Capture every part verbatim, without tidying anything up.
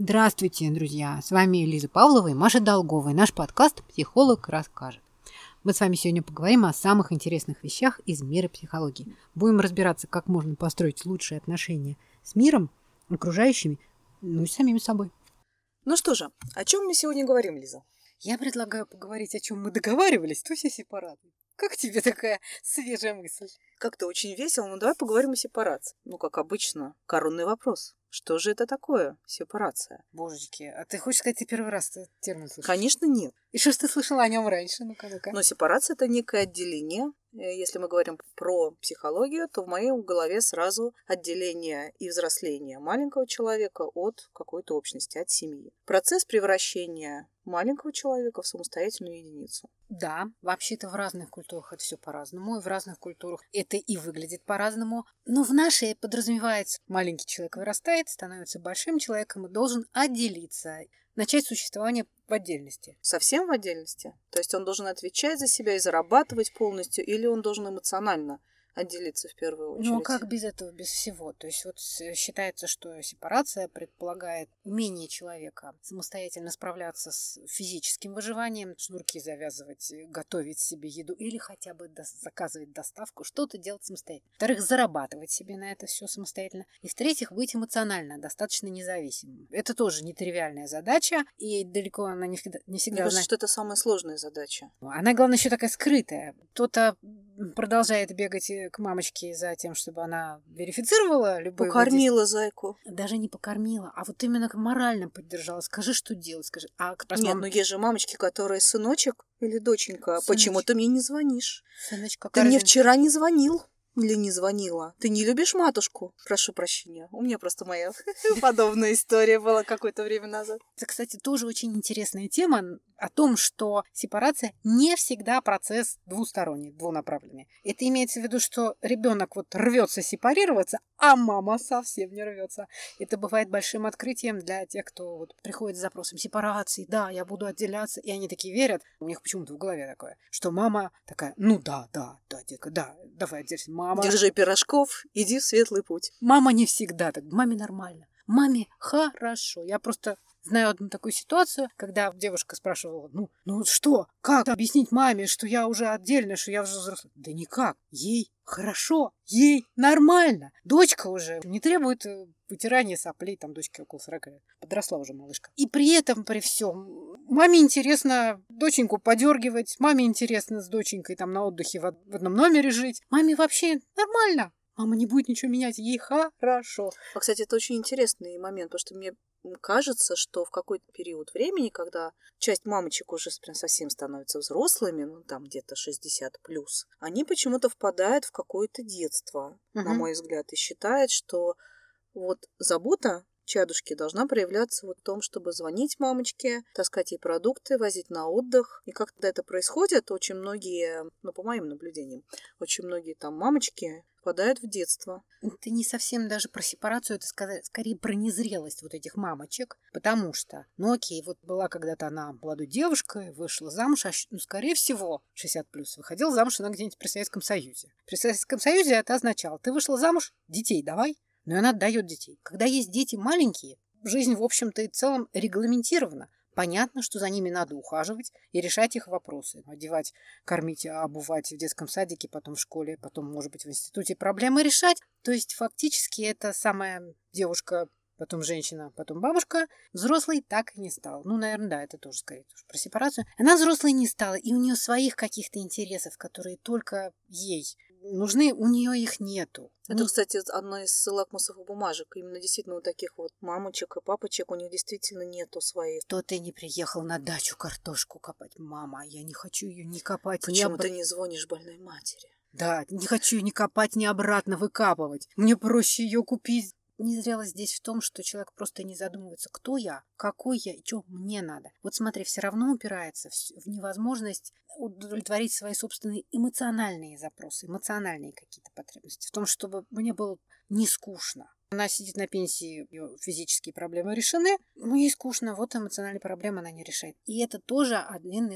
Здравствуйте, друзья! С вами Лиза Павлова и Маша Долгова, и наш подкаст «Психолог расскажет». Мы с вами сегодня поговорим о самых интересных вещах из мира психологии. Будем разбираться, как можно построить лучшие отношения с миром, окружающими, ну и с самим собой. Ну что же, о чем мы сегодня говорим, Лиза? Я предлагаю поговорить, о чем мы договаривались, то все сепаратно. Как тебе такая свежая мысль? Как-то очень весело, но давай поговорим о сепарации. Ну, как обычно, коронный вопрос. Что же это такое, сепарация? Божечки, а ты хочешь сказать, ты первый раз этот термин слышишь? Конечно, нет. И что ж ты слышала о нем раньше? Ну-ка, ну-ка. Но сепарация – это некое отделение. Если мы говорим про психологию, то в моей голове сразу отделение и взросление маленького человека от какой-то общности, от семьи. Процесс превращения маленького человека в самостоятельную единицу. Да, вообще-то в разных культурах это все по-разному, и в разных культурах это и выглядит по-разному. Но в нашей подразумевается, маленький человек вырастает, становится большим человеком и должен отделиться, начать существование в отдельности. Совсем в отдельности? То есть он должен отвечать за себя и зарабатывать полностью, или он должен эмоционально отделиться в первую очередь? Ну, а как без этого, без всего? То есть вот считается, что сепарация предполагает умение человека самостоятельно справляться с физическим выживанием, шнурки завязывать, готовить себе еду или хотя бы до- заказывать доставку, что-то делать самостоятельно. Во-вторых, зарабатывать себе на это все самостоятельно. И в-третьих, быть эмоционально достаточно независимым. Это тоже нетривиальная задача, и далеко она не всегда... Не всегда Мне кажется, она... что это самая сложная задача. Она, главное, еще такая скрытая. Кто-то продолжает бегать к мамочке за тем, чтобы она верифицировала любые... Покормила зайку. Даже не покормила, а вот именно морально поддержала. Скажи, что делать, скажи. А раз Нет, мам- ну есть же мамочки, которые сыночек или доченька, Сыночек. почему ты мне не звонишь? Сыночек, Ты какая мне разница? вчера не звонил или не звонила? Ты не любишь матушку? Прошу прощения. У меня просто моя подобная история была какое-то время назад. Это, кстати, тоже очень интересная тема о том, что сепарация не всегда процесс двусторонний, двунаправленный. Это имеется в виду, что ребенок вот рвется сепарироваться, а мама совсем не рвется. Это бывает большим открытием для тех, кто вот приходит с запросом сепарации. Да, я буду отделяться. И они такие верят. У них почему-то в голове такое, что мама такая, ну да, да, да, детка, да, давай отделься. Мама... Держи пирожков, иди в светлый путь. Мама не всегда так. Маме нормально. Маме хорошо. Я просто знаю одну такую ситуацию, когда девушка спрашивала, ну, ну что, как объяснить маме, что я уже отдельно, что я уже взрослая? Да никак. Ей хорошо, ей нормально. Дочка уже не требует э, вытирания соплей, там дочке около сорока лет. Подросла уже малышка. И при этом, при всем, маме интересно доченьку подергивать, маме интересно с доченькой там на отдыхе в, од- в одном номере жить. Маме вообще нормально. Мама не будет ничего менять, ей хорошо. А, кстати, это очень интересный момент, потому что мне кажется, что в какой-то период времени, когда часть мамочек уже прям совсем становятся взрослыми, ну там где-то шестьдесят плюс, они почему-то впадают в какое-то детство, на Мгм. мой взгляд, и считают, что вот забота чадушки должна проявляться вот в том, чтобы звонить мамочке, таскать ей продукты, возить на отдых. И как когда это происходит, очень многие, ну, по моим наблюдениям, очень многие там мамочки впадают в детство. Это не совсем даже про сепарацию, это ска- скорее про незрелость вот этих мамочек, потому что, ну окей, вот была когда-то она молодой девушкой, вышла замуж, а, щ- ну, скорее всего, шестьдесят плюс, выходила замуж она где-нибудь при Советском Союзе. При Советском Союзе это означало, ты вышла замуж, детей давай, но и она отдает детей. Когда есть дети маленькие, жизнь, в общем-то, и целом регламентирована. Понятно, что за ними надо ухаживать и решать их вопросы. Одевать, кормить, обувать в детском садике, потом в школе, потом, может быть, в институте проблемы решать. То есть, фактически, эта самая девушка, потом женщина, потом бабушка, взрослой так и не стала. Ну, наверное, да, это тоже скорее тоже про сепарацию. Она взрослой не стала, и у нее своих каких-то интересов, которые только ей нужны, у нее их нету. Это, кстати, одна из лакмусовых бумажек. Именно действительно у таких вот мамочек и папочек у них действительно нету своих. То ты не приехал на дачу картошку копать. Мама, я не хочу ее ни копать, Почему ни ты не звонишь больной матери? Да, не хочу ее ни копать, ни обратно выкапывать. Мне проще ее купить. Незрелость здесь в том, что человек просто не задумывается, кто я, какой я и что мне надо. Вот смотри, все равно упирается в невозможность удовлетворить свои собственные эмоциональные запросы, эмоциональные какие-то потребности. В том, чтобы мне было не скучно. Она сидит на пенсии, ее физические проблемы решены, но ей скучно, вот эмоциональные проблемы она не решает. И это тоже один из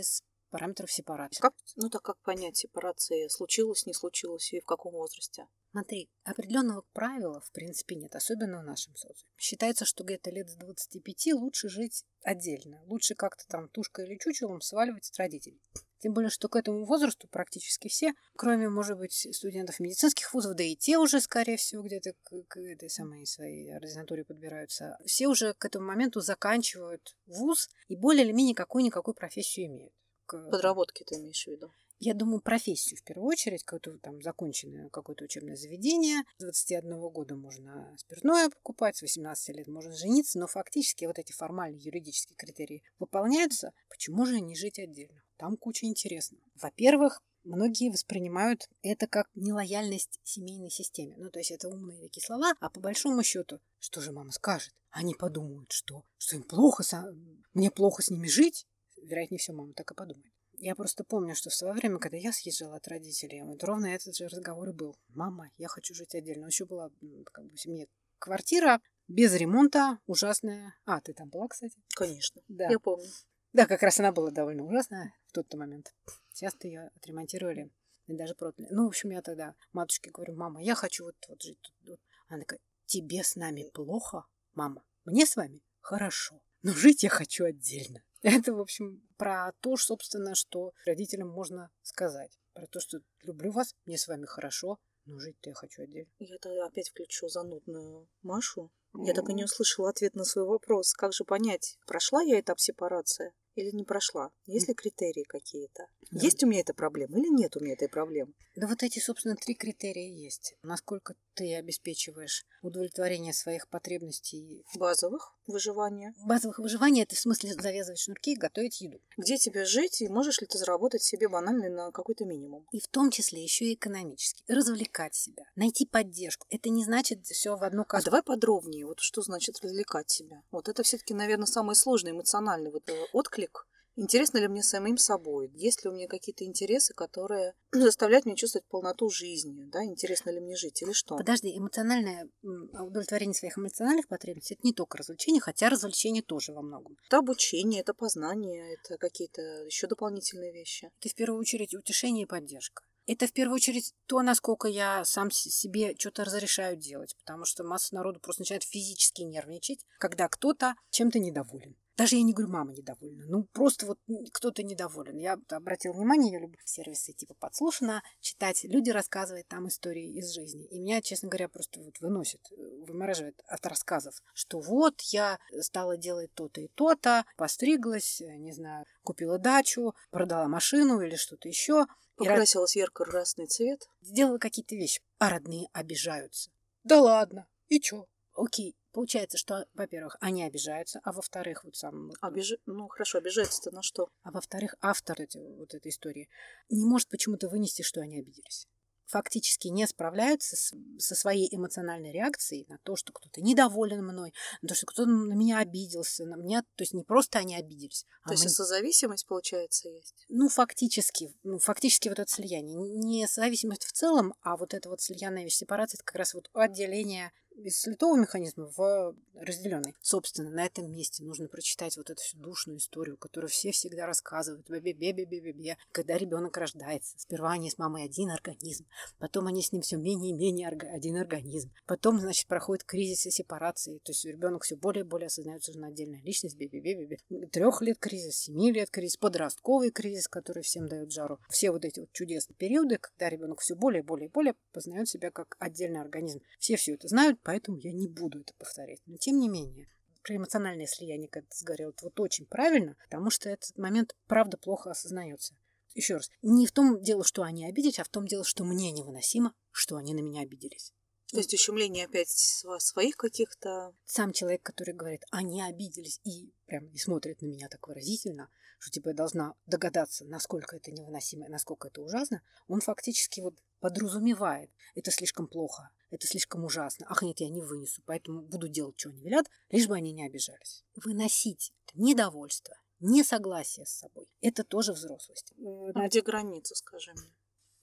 параметров сепарации. Как, ну так как понять, сепарация случилась, не случилась и в каком возрасте? Смотри, определенного правила в принципе нет, особенно в нашем социуме. Считается, что где-то лет с двадцати пяти лучше жить отдельно. Лучше как-то там тушкой или чучелом сваливать от родителей. Тем более, что к этому возрасту практически все, кроме, может быть, студентов медицинских вузов, да и те уже, скорее всего, где-то к, к этой самой своей ординатуре подбираются, все уже к этому моменту заканчивают вуз и более или менее какую-никакую профессию имеют. Подработки ты имеешь в виду? Я думаю, профессию в первую очередь, какое-то там законченное какое-то учебное заведение. С двадцати одного года можно спиртное покупать, с восемнадцати лет можно жениться, но фактически вот эти формальные юридические критерии выполняются. Почему же не жить отдельно? Там куча интересного. Во-первых, многие воспринимают это как нелояльность семейной системе. Ну, то есть это умные такие слова, а по большому счету, что же мама скажет? Они подумают, что, что им плохо, мне плохо с ними жить. Вероятнее всего, мама так и подумает. Я просто помню, что в свое время, когда я съезжала от родителей, вот ровно этот же разговор и был. Мама, я хочу жить отдельно. Еще была как бы в семье квартира без ремонта, ужасная. А, ты там была, кстати? Конечно, да. Я помню. Да, как раз она была довольно ужасная в тот момент. Сейчас-то ее отремонтировали и даже продали. Ну, в общем, я тогда матушке говорю, мама, я хочу вот, вот жить тут. Она такая, тебе с нами плохо, мама? Мне с вами хорошо, но жить я хочу отдельно. Это, в общем, про то, собственно, что родителям можно сказать. Про то, что люблю вас, мне с вами хорошо, но жить-то я хочу отдельно. Я-то опять включу занудную Машу. Я так и не услышала ответ на свой вопрос. Как же понять, прошла я этап сепарации или не прошла? Есть ли критерии какие-то? Да. Есть у меня эта проблема или нет у меня этой проблемы? Да вот эти, собственно, три критерия есть. Насколько ты обеспечиваешь удовлетворение своих потребностей. Базовых выживания. Базовых выживания – это в смысле завязывать шнурки и готовить еду. Где тебе жить и можешь ли ты заработать себе банально на какой-то минимум? И в том числе еще и экономически. Развлекать себя, найти поддержку. Это не значит все в одну кассу. А давай подробнее. Вот что значит развлекать себя? Вот это все-таки, наверное, самый сложный эмоциональный вот отклик. Интересно ли мне самим собой? Есть ли у меня какие-то интересы, которые заставляют меня чувствовать полноту жизни? Да? Интересно ли мне жить или что? Подожди, эмоциональное удовлетворение своих эмоциональных потребностей – это не только развлечение, хотя развлечение тоже во многом. Это обучение, это познание, это какие-то еще дополнительные вещи. Это в первую очередь утешение и поддержка. Это в первую очередь то, насколько я сам себе что-то разрешаю делать, потому что масса народу просто начинает физически нервничать, когда кто-то чем-то недоволен. Даже я не говорю, мама недовольна. Ну, просто вот кто-то недоволен. Я обратила внимание, я люблю сервисы типа «Подслушано», читать. Люди рассказывают там истории из жизни. И меня, честно говоря, просто вот выносит, вымораживает от рассказов, что вот я стала делать то-то и то-то, постриглась, не знаю, купила дачу, продала машину или что-то еще. Покрасилась в ярко-красный цвет. Сделала какие-то вещи. А родные обижаются. Да ладно. И чё? Окей. Получается, что, во-первых, они обижаются, а во-вторых, вот сам... Обиж... Ну, хорошо, обижаются-то на что? А во-вторых, автор эти, вот этой истории не может почему-то вынести, что они обиделись. Фактически не справляются с, со своей эмоциональной реакцией на то, что кто-то недоволен мной, на то, что кто-то на меня обиделся, на меня. То есть не просто они обиделись. То а есть мы... созависимость, получается, есть? Ну, фактически. Ну, фактически вот это слияние. Не созависимость в целом, а вот это вот слиянная вещь сепарации, это как раз вот отделение из слитого механизма в разделенный. Собственно, на этом месте нужно прочитать вот эту всю душную историю, которую все всегда рассказывают. Бе-бе-бе-бе-бе-бе. Когда ребенок рождается, сперва они с мамой один организм, потом они с ним все менее и менее один организм. Потом, значит, проходит кризис и сепарации. То есть ребенок все более и более осознает, что он отдельная личность. Бе-бе-бе-бе-бе. Трех лет кризис, семи лет кризис, подростковый кризис, который всем дает жару. Все вот эти вот чудесные периоды, когда ребенок все более и более и более познает себя как отдельный организм. Все все это знают, поэтому я не буду это повторять. Но тем не менее, про эмоциональное слияние, как ты говорила, это вот очень правильно, потому что этот момент, правда, плохо осознается. Еще раз, не в том дело, что они обиделись, а в том дело, что мне невыносимо, что они на меня обиделись. То есть ущемление опять своих каких-то... Сам человек, который говорит, они обиделись, и прям не смотрит на меня так выразительно, что типа я должна догадаться, насколько это невыносимо, насколько это ужасно, он фактически вот подразумевает, это слишком плохо, это слишком ужасно, ах нет, я не вынесу, поэтому буду делать, что они велят, лишь бы они не обижались. Выносить недовольство, несогласие с собой, это тоже взрослость. А где граница, скажи мне?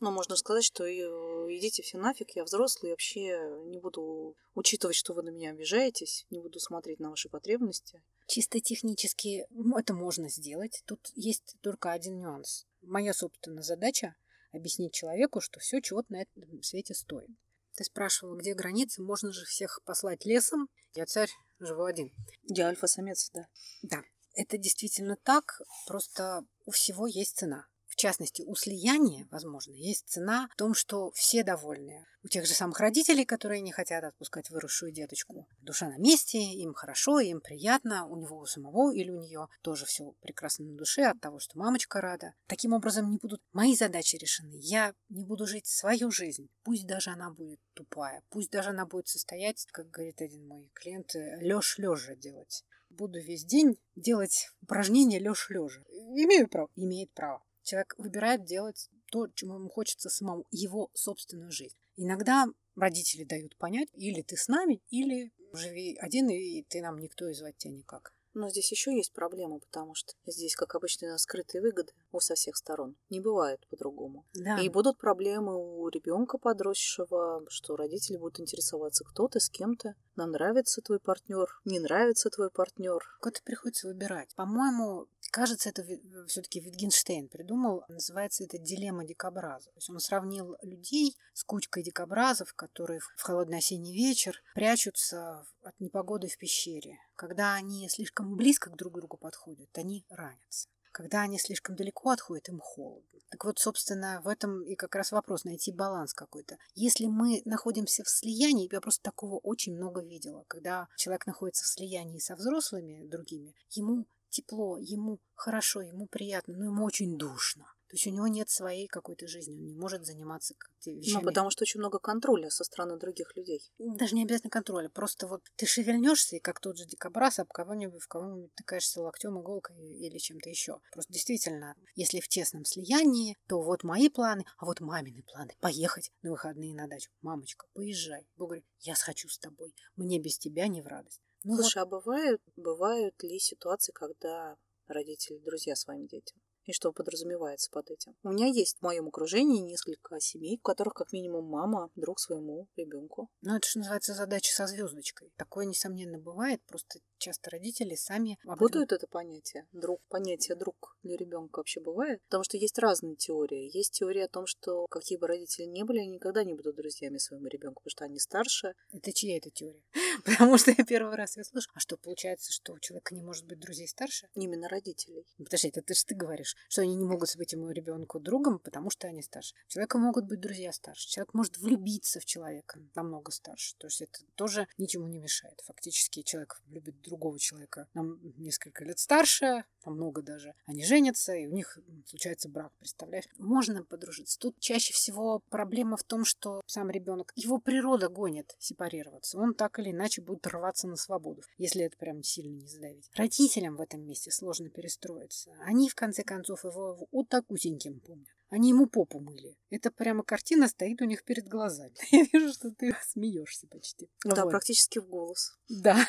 Ну, можно сказать, что и, э, идите все нафиг, я взрослый, вообще не буду учитывать, что вы на меня обижаетесь, не буду смотреть на ваши потребности. Чисто технически м, это можно сделать. Тут есть только один нюанс. Моя собственная задача объяснить человеку, что все чего-то на этом свете стоит. Ты спрашивала, где границы, можно же всех послать лесом. Я царь, живу один. Я альфа-самец, да. Да, это действительно так, просто у всего есть цена. В частности, у слияния, возможно, есть цена в том, что все довольны. У тех же самых родителей, которые не хотят отпускать выросшую деточку. Душа на месте, им хорошо, им приятно, у него у самого или у нее тоже все прекрасно на душе от того, что мамочка рада. Таким образом, не будут мои задачи решены. Я не буду жить свою жизнь. Пусть даже она будет тупая, пусть даже она будет состоять, как говорит один мой клиент, лёж-лёжа делать. Буду весь день делать упражнения лёж-лёжа. Имею право? Имеет право. Человек выбирает делать то, чему ему хочется самому, его собственную жизнь. Иногда родители дают понять, или ты с нами, или живи один, и ты нам никто, и звать тебя никак. Но здесь еще есть проблема, потому что здесь, как обычно, скрытые выгоды у со всех сторон. Не бывает по-другому. Да. И будут проблемы у ребенка подросшего, что родители будут интересоваться, кто ты, с кем ты. Нам нравится твой партнер, не нравится твой партнер. Как-то приходится выбирать. По-моему, кажется, это все-таки Wittgenstein придумал. Называется это дилемма дикобраза. То есть он сравнил людей с кучкой дикобразов, которые в холодный осенний вечер прячутся от непогоды в пещере. Когда они слишком близко друг к другу подходят, они ранятся. Когда они слишком далеко отходят, им холодно. Так вот, собственно, в этом и как раз вопрос, найти баланс какой-то. Если мы находимся в слиянии, я просто такого очень много видела, когда человек находится в слиянии со взрослыми другими, ему тепло, ему хорошо, ему приятно, но ему очень душно. То есть у него нет своей какой-то жизни, он не может заниматься как-то вещами. Ну, потому что очень много контроля со стороны других людей. Даже не обязательно контроля, просто вот ты шевельнешься, и как тот же дикобраз, об кого-нибудь, в кого-нибудь тыкаешься локтем, иголкой или чем-то еще. Просто действительно, если в тесном слиянии, то вот мои планы, а вот мамины планы. Поехать на выходные на дачу. Мамочка, поезжай. Бог говорит, я схочу с тобой, мне без тебя не в радость. Ну, Слушай, вот... а бывают, бывают ли ситуации, когда родители друзья своим детям? И что подразумевается под этим? У меня есть в моем окружении несколько семей, в которых как минимум мама друг своему ребенку. Ну, это же называется задача со звездочкой. Такое, несомненно, бывает. Просто часто родители сами... Путают это понятие. Друг, понятие друг для ребенка вообще бывает? Потому что есть разные теории. Есть теория о том, что какие бы родители ни были, они никогда не будут друзьями своему ребенку, потому что они старше. Это чья это теория? Потому что я первый раз ее слышу. А что, получается, что у человека не может быть друзей старше? Именно родителей. Подожди, это ты же ты говоришь, что они не могут быть ему ребенку другом, потому что они старше. У человека могут быть друзья старше. Человек может влюбиться в человека намного старше. То есть это тоже ничему не мешает. Фактически человек любит другого человека нам несколько лет старше, намного даже. Они женятся, и у них случается брак, представляешь? Можно подружиться. Тут чаще всего проблема в том, что сам ребенок, его природа гонит сепарироваться. Он так или иначе будет рваться на свободу, если это прям сильно не задавить. Родителям в этом месте сложно перестроиться. Они, в конце концов, его вот так усеньким помнят. Они ему попу мыли. Это прямо картина стоит у них перед глазами. Я вижу, что ты смеешься почти. Да, вот. Практически в голос. Да.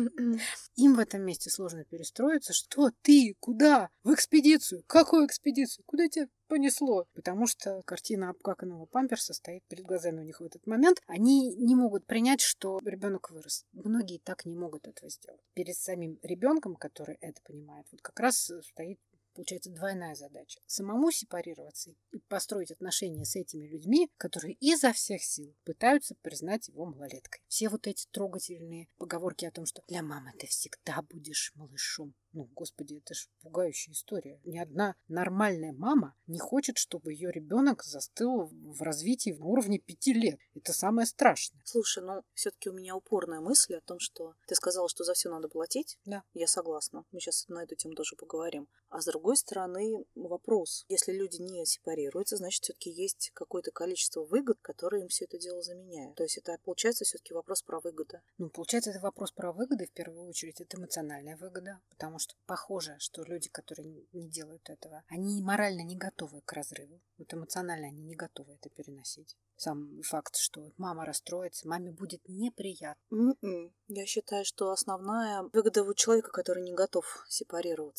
Им в этом месте сложно перестроиться. Что ты? Куда? В экспедицию? Какую экспедицию? Куда тебя понесло? Потому что картина обкаканного памперса стоит перед глазами у них в этот момент. Они не могут принять, что ребенок вырос. Многие так не могут этого сделать. Перед самим ребенком, который это понимает, вот как раз стоит, получается, двойная задача. Самому сепарироваться и построить отношения с этими людьми, которые изо всех сил пытаются признать его малолеткой. Все вот эти трогательные поговорки о том, что для мамы ты всегда будешь малышом. Ну, господи, это ж пугающая история. Ни одна нормальная мама не хочет, чтобы ее ребенок застыл в развитии на уровне пяти лет. Это самое страшное. Слушай, ну, все-таки у меня упорная мысль о том, что ты сказала, что за все надо платить. Да. Я согласна. Мы сейчас на эту тему тоже поговорим. А с другой стороны, вопрос. Если люди не сепарируются, значит, все-таки есть какое-то количество выгод, которые им все это дело заменяют. То есть это, получается, все-таки вопрос про выгоды. Ну, получается, это вопрос про выгоды, в первую очередь. Это эмоциональная выгода, потому что похоже, что люди, которые не делают этого, они морально не готовы к разрыву. Вот эмоционально они не готовы это переносить. Сам факт, что мама расстроится, маме будет неприятно. Mm-mm. Я считаю, что основная выгода у человека, который не готов сепарироваться.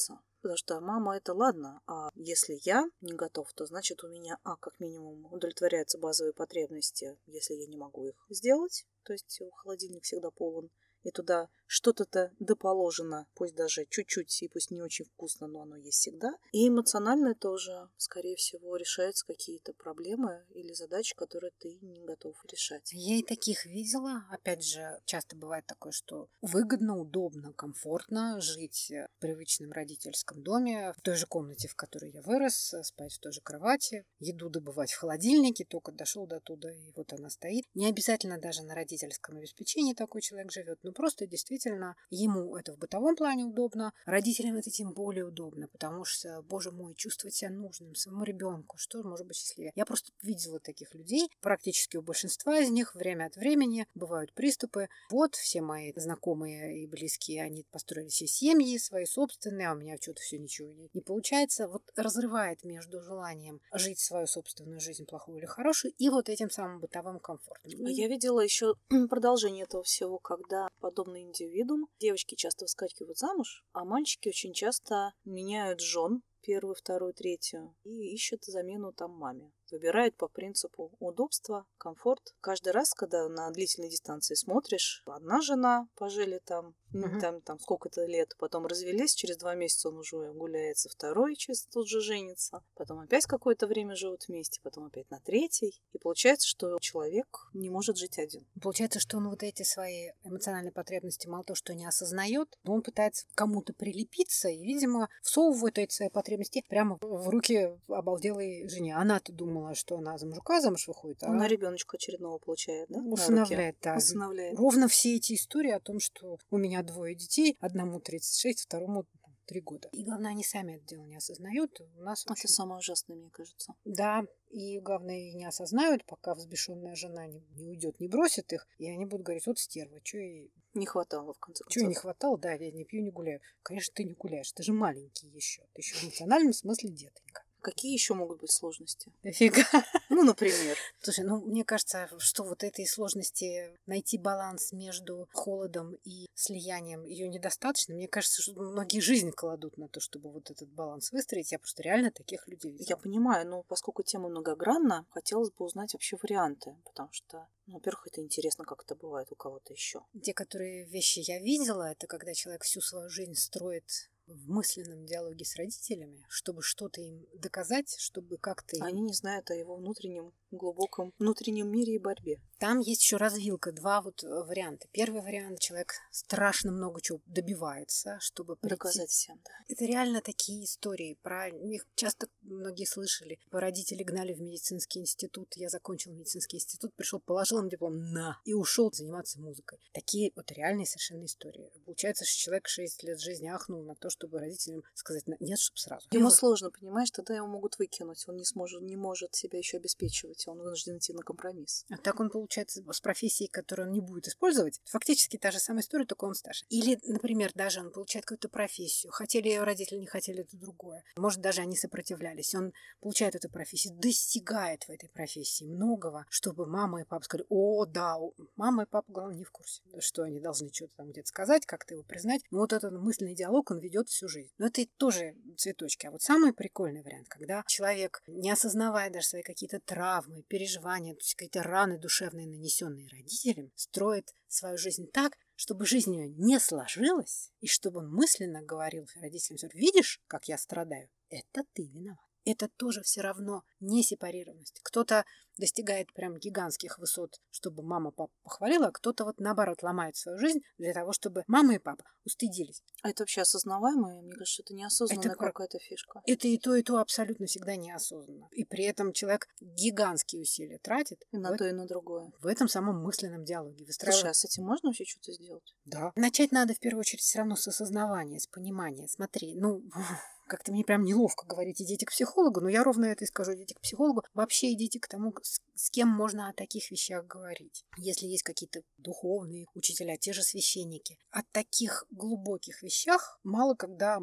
Потому что мама — это ладно, а если я не готов, то значит у меня, а, как минимум, удовлетворяются базовые потребности, если я не могу их сделать. То есть холодильник всегда полон, и туда что-то-то доположено, пусть даже чуть-чуть, и пусть не очень вкусно, но оно есть всегда. И эмоционально тоже, скорее всего, решаются какие-то проблемы или задачи, которые ты не готов решать. Я и таких видела. Опять же, часто бывает такое, что выгодно, удобно, комфортно жить в привычном родительском доме, в той же комнате, в которой я вырос, спать в той же кровати, еду добывать в холодильнике, только дошел до туда, и вот она стоит. Не обязательно даже на родительском обеспечении такой человек живет, но просто действительно ему это в бытовом плане удобно, родителям это тем более удобно, потому что, боже мой, чувствовать себя нужным своему ребенку, что может быть счастливее. Я просто видела таких людей, практически у большинства из них время от времени бывают приступы. Вот все мои знакомые и близкие, они построили все семьи свои собственные, а у меня что-то все ничего не, не получается. Вот разрывает между желанием жить свою собственную жизнь, плохую или хорошую, и вот этим самым бытовым комфортом. А я видела еще продолжение этого всего, когда подобный индивидуум, девочки часто выскакивают замуж, а мальчики очень часто меняют жен, первую, вторую, третью, и ищут замену там маме. Выбирают по принципу удобства, комфорт. Каждый раз, когда на длительной дистанции смотришь, одна жена, пожили там, uh-huh. там, там сколько-то лет, потом развелись, через два месяца он уже гуляется, второй через тут же женится, потом опять какое-то время живут вместе, потом опять на третий. И получается, что человек не может жить один. Получается, что он вот эти свои эмоциональные потребности мало того, что не осознает, но он пытается к кому-то прилепиться и, видимо, всовывает эти свои потребности прямо в руки обалделой жене. Она-то думала, что она за мужика замуж выходит. А она ребеночка очередного получает, да? Усыновляет, да. Усыновляет. Ровно все эти истории о том, что у меня двое детей, одному тридцать шесть, второму три года. И главное, они сами это дело не осознают. У нас это очень... самое ужасное, мне кажется. Да, и главное, не осознают, пока взбешенная жена не, не уйдет, не бросит их, и они будут говорить: вот стерва, что ей... Не хватало, в конце концов. Чего не хватало, да, я не пью, не гуляю. Конечно, ты не гуляешь, ты же маленький еще. Ты еще в эмоциональном смысле детонька. Какие еще могут быть сложности? Дофига. Ну, например. Слушай, ну, мне кажется, что вот этой сложности найти баланс между холодом и слиянием ее недостаточно. Мне кажется, что многие жизнь кладут на то, чтобы вот этот баланс выстроить. Я просто реально таких людей видела. Я понимаю, но поскольку тема многогранна, хотелось бы узнать вообще варианты, потому что, ну, во-первых, это интересно, как это бывает у кого-то еще. Те, которые вещи я видела, это когда человек всю свою жизнь строит в мысленном диалоге с родителями, чтобы что-то им доказать, чтобы как-то... Им... Они не знают о его внутреннем, глубоком внутреннем мире и борьбе. Там есть еще развилка, два вот варианта. Первый вариант: человек страшно много чего добивается, чтобы прийти... доказать всем, да. Это реально такие истории. Про них часто многие слышали. Родители гнали в медицинский институт. Я закончил медицинский институт, пришел, положил им диплом на и ушел заниматься музыкой. Такие вот реальные совершенно истории. Получается, что человек шесть лет жизни ахнул на то, чтобы родителям сказать нет, чтобы сразу. Ему вот сложно, понимаешь, тогда его могут выкинуть. Он не сможет, не может себя еще обеспечивать. Он вынужден идти на компромисс. А так он, получается, с профессией, которую он не будет использовать, фактически та же самая история, только он старше. Или, например, даже он получает какую-то профессию. Хотели ее родители, не хотели, это другое. Может, даже они сопротивлялись. Он получает эту профессию, достигает в этой профессии многого, чтобы мама и папа сказали: о, да, мама и папа, главное, не в курсе, что они должны что-то там где-то сказать, как-то его признать. Но вот этот мысленный диалог он ведет всю жизнь. Но это тоже цветочки. А вот самый прикольный вариант, когда человек, не осознавая даже свои какие-то травмы, переживания, то есть какие-то раны душевные, нанесенные родителям, строит свою жизнь так, чтобы жизнь ее не сложилась, и чтобы он мысленно говорил родителям: видишь, как я страдаю? Это ты виноват. Это тоже все равно не сепарированность. Кто-то достигает прям гигантских высот, чтобы мама папа похвалила, а кто-то вот наоборот ломает свою жизнь для того, чтобы мама и папа устыдились. А это вообще осознаваемое? Мне кажется, это неосознанная это какая-то фишка. Это и то, и то абсолютно всегда неосознанно. И при этом человек гигантские усилия тратит. И на в... то, и на другое. В этом самом мысленном диалоге. Выстраивая... Слушай, а с этим можно вообще что-то сделать? Да. Начать надо в первую очередь все равно с осознавания, с понимания. Смотри, ну... Как-то мне прям неловко говорить: идите к психологу, но я ровно это и скажу: идите к психологу. Вообще идите к тому, с, с кем можно о таких вещах говорить. Если есть какие-то духовные учителя, те же священники. О таких глубоких вещах мало когда мы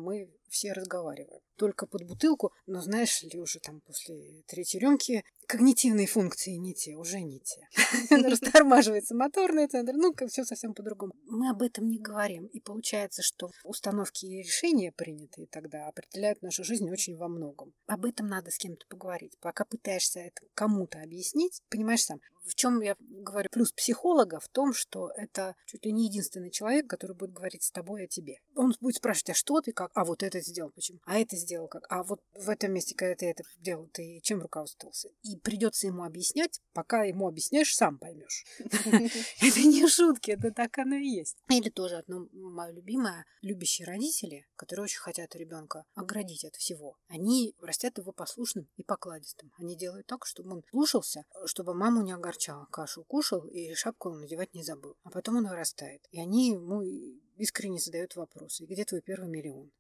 все разговаривают. Только под бутылку, но знаешь ли, уже там после третьей рюмки когнитивные функции не те, уже не те. Растормаживается моторный центр, ну, все совсем по-другому. Мы об этом не говорим. И получается, что установки и решения, принятые тогда, определяют нашу жизнь очень во многом. Об этом надо с кем-то поговорить. Пока пытаешься это кому-то объяснить, понимаешь сам, в чем я говорю плюс психолога, в том, что это чуть ли не единственный человек, который будет говорить с тобой о тебе. Он будет спрашивать, а что ты как? А вот это сделал почему? А это сделал как? А вот в этом месте, когда ты это делал, ты чем руководствовался? И придется ему объяснять, пока ему объясняешь, сам поймешь. Это не шутки, это так оно и есть. Или тоже одно мое любимое, любящие родители, которые очень хотят ребенка оградить от всего. Они растят его послушным и покладистым. Они делают так, чтобы он слушался, чтобы маму не огорчала. Кашу кушал и шапку он надевать не забыл. А потом он вырастает. И они ему искренне задают вопросы. Где твой первый миллион?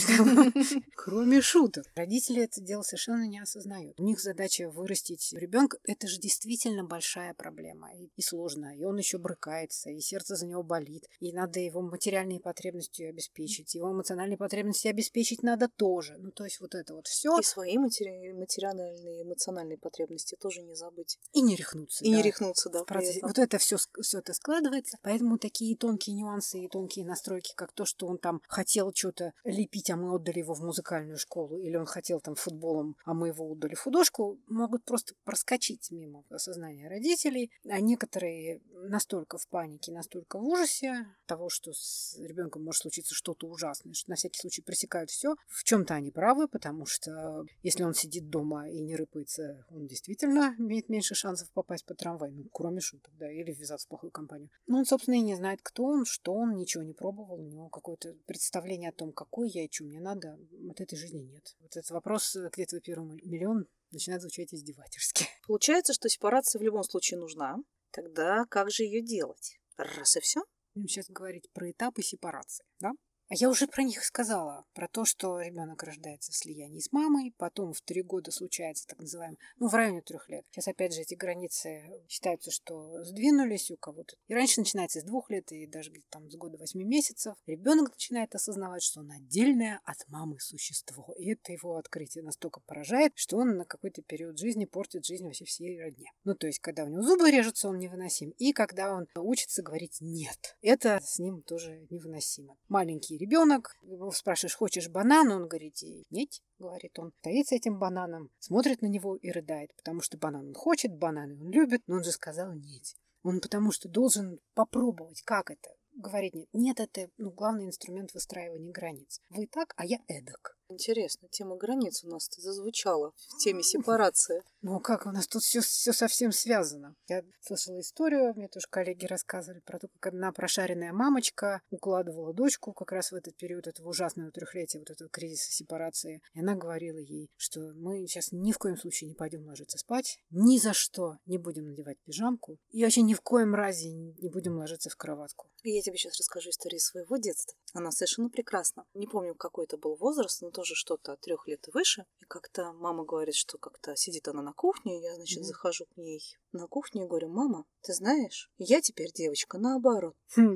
Кроме шуток. Родители это дело совершенно не осознают. У них задача вырастить ребенка. Это же действительно большая проблема. И сложная. И он еще брыкается. И сердце за него болит. И надо его материальные потребности обеспечить. Его эмоциональные потребности обеспечить надо тоже. Ну, то есть вот это вот все. И свои матери... материальные, эмоциональные потребности тоже не забыть. И не рехнуться. И да. не рехнуться, да. Вот это все, все это складывается. Поэтому такие тонкие нюансы и тонкие настройки, как то, что он там хотел что-то лепить, а мы отдали его в музыкальную школу, или он хотел там футболом, а мы его отдали в художку, могут просто проскочить мимо сознания родителей. А некоторые настолько в панике, настолько в ужасе того, что с ребенком может случиться что-то ужасное, что на всякий случай пресекают все. В чем-то они правы, потому что если он сидит дома и не рыпается, он действительно имеет меньше шансов попасть по трамваю, ну, кроме шуток, да, или ввязаться в плохую компанию. Но он, собственно, и не знает, кто он, что он, ничего не пробовал, у него какое-то представление о том, какой я и что мне надо, от этой жизни нет. Вот этот вопрос, где твой первый миллион, начинает звучать издевательски. Получается, что сепарация в любом случае нужна. Тогда как же ее делать? Раз и все? Будем сейчас говорить про этапы сепарации, да? А я уже про них сказала, про то, что ребенок рождается в слиянии с мамой, потом в три года случается так называемый, ну, в районе трех лет. Сейчас, опять же, эти границы считаются, что сдвинулись у кого-то. И раньше начинается с двух лет и даже где-то там с года восьми месяцев. Ребенок начинает осознавать, что он отдельное от мамы существо. И это его открытие настолько поражает, что он на какой-то период жизни портит жизнь вообще всей родне. Ну, то есть, когда у него зубы режутся, он невыносим. И когда он учится говорить «нет», это с ним тоже невыносимо. Маленький ребенок, его спрашиваешь, хочешь банан? Он говорит, нет, говорит он. Стоит с этим бананом, смотрит на него и рыдает, потому что банан он хочет, бананы он любит, но он же сказал нет. Он потому что должен попробовать, как это. Говорить нет. Нет, это ну, главный инструмент выстраивания границ. Вы так, а я эдак. Интересно, тема границ у нас зазвучала в теме сепарации. Ну как, у нас тут все, все совсем связано. Я слышала историю, мне тоже коллеги рассказывали про то, как одна прошаренная мамочка укладывала дочку как раз в этот период этого ужасного трехлетия, вот этого кризиса сепарации. И она говорила ей, что мы сейчас ни в коем случае не пойдем ложиться спать, ни за что не будем надевать пижамку и вообще ни в коем разе не будем ложиться в кроватку. Я тебе сейчас расскажу историю своего детства. Она совершенно прекрасна. Не помню, какой это был возраст, но тоже что-то от трех лет и выше. И как-то мама говорит, что как-то сидит она на кухне, я, значит, mm-hmm. захожу к ней на кухню и говорю, мама, ты знаешь, я теперь девочка наоборот.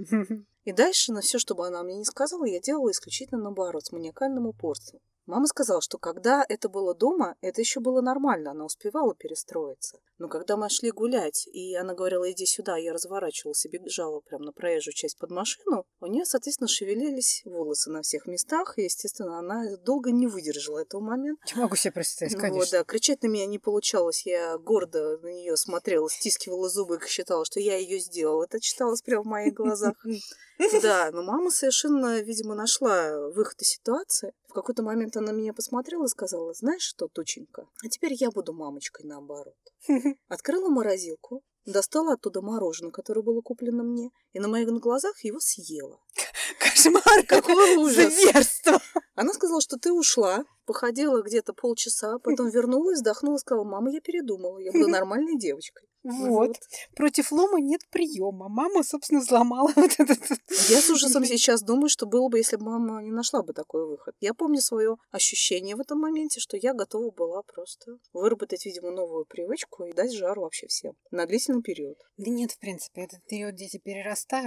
И дальше на все, что бы она мне не сказала, я делала исключительно наоборот, с маниакальным упорством. Мама сказала, что когда это было дома, это еще было нормально, она успевала перестроиться. Но когда мы шли гулять, и она говорила, иди сюда, я разворачивалась и бежала прямо на проезжую часть под машину, у нее, соответственно, шевелились волосы на всех местах, и, естественно, она долго не выдержала этого момента. Я могу себе представить, ну, конечно. Вот, да, кричать на меня не получалось, я гордо на нее смотрела, стискивала зубы и считала, что я ее сделала. Это читалось прямо в моих глазах. Да, но мама совершенно, видимо, нашла выход из ситуации. В какой-то момент она меня посмотрела и сказала, знаешь что, доченька, а теперь я буду мамочкой наоборот. Открыла морозилку, достала оттуда мороженое, которое было куплено мне, и на моих глазах его съела. Кошмар! Какой ужас! Зверство! Она сказала, что ты ушла, походила где-то полчаса, потом вернулась, вздохнула и сказала, мама, я передумала, я буду нормальной девочкой. Вот. вот. Против лома нет приема. Мама, собственно, взломала вот этот... Я с ужасом сейчас думаю, что было бы, если бы мама не нашла бы такой выход. Я помню свое ощущение в этом моменте, что я готова была просто выработать, видимо, новую привычку и дать жару вообще всем на длительный период. Да нет, в принципе, этот период дети перерастают.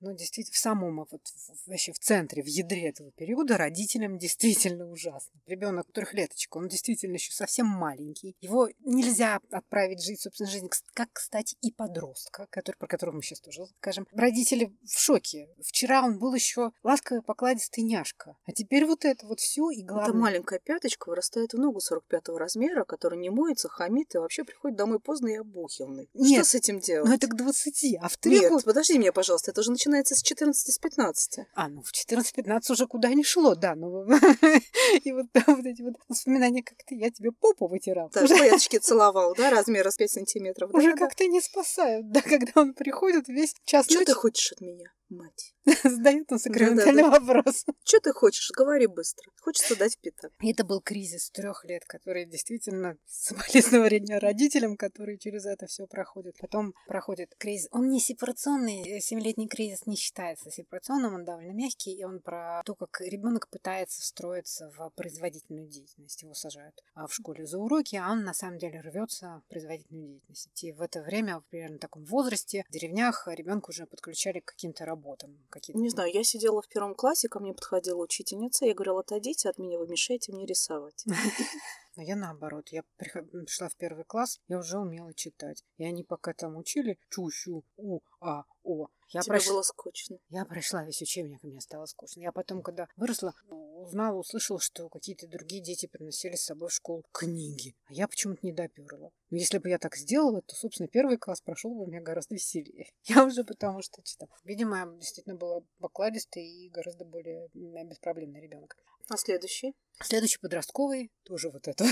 Но действительно, в самом, вот, вообще в центре, в ядре этого периода родителям действительно ужасно. Ребенок трехлеточка, он действительно еще совсем маленький. Его нельзя отправить жить собственной жизнью, как, кстати, и подростка, который, про которого мы сейчас тоже скажем. Родители в шоке. Вчера он был еще ласковый, покладистый няшка. А теперь вот это вот все и главное... Эта маленькая пяточка вырастает в ногу сорок пятого размера, который не моется, хамит и вообще приходит домой поздно и обухенный. Нет, что с этим делать? Ну это к двадцати, а в три Нет, года... подожди меня, пожалуйста, это уже начинается с четырнадцати, с пятнадцати. А, ну в четырнадцать-пятнадцать уже куда ни шло, да. Ну, и вот, вот эти вот воспоминания, как ты, я тебе попу вытирал. Да, клеточки целовал, да, размера с пять сантиметров. Уже да, как-то не спасают, да, когда он приходит весь час Что ночи. ты хочешь от меня, мать? Задает он сакраментальный Да, да, да. вопрос. Что ты хочешь? Говори быстро. Хочется дать пятак. И это был кризис трех лет, который действительно соболезнования родителям, которые через это все проходят. Потом проходит кризис. Он не сепарационный, семилетний кризис не считается сепарационным, он довольно мягкий, и он про то, как ребенок пытается встроиться в производительную деятельность. Его сажают в школе за уроки, а он на самом деле рвется в производительную деятельность. И в это время, примерно в таком возрасте, в деревнях ребенка уже подключали к каким-то работам. Какие-то... Не знаю, я сидела в первом классе, ко мне подходила учительница, я говорила, отойдите от меня, вы мешаете мне рисовать. Но я наоборот, я пришла в первый класс, я уже умела читать. И они пока там учили чу-щу, у, а, о. Я Тебе прош... было скучно. Я прошла весь учебник, и мне стало скучно. Я потом, когда выросла, узнала, услышала, что какие-то другие дети приносили с собой в школу книги. А я почему-то не доперла. Но если бы я так сделала, то, собственно, первый класс прошел бы у меня гораздо веселее. Я уже потому что читала. Видимо, я действительно была покладистый и гораздо более беспроблемный ребенок. А следующий? Следующий подростковый, тоже вот это.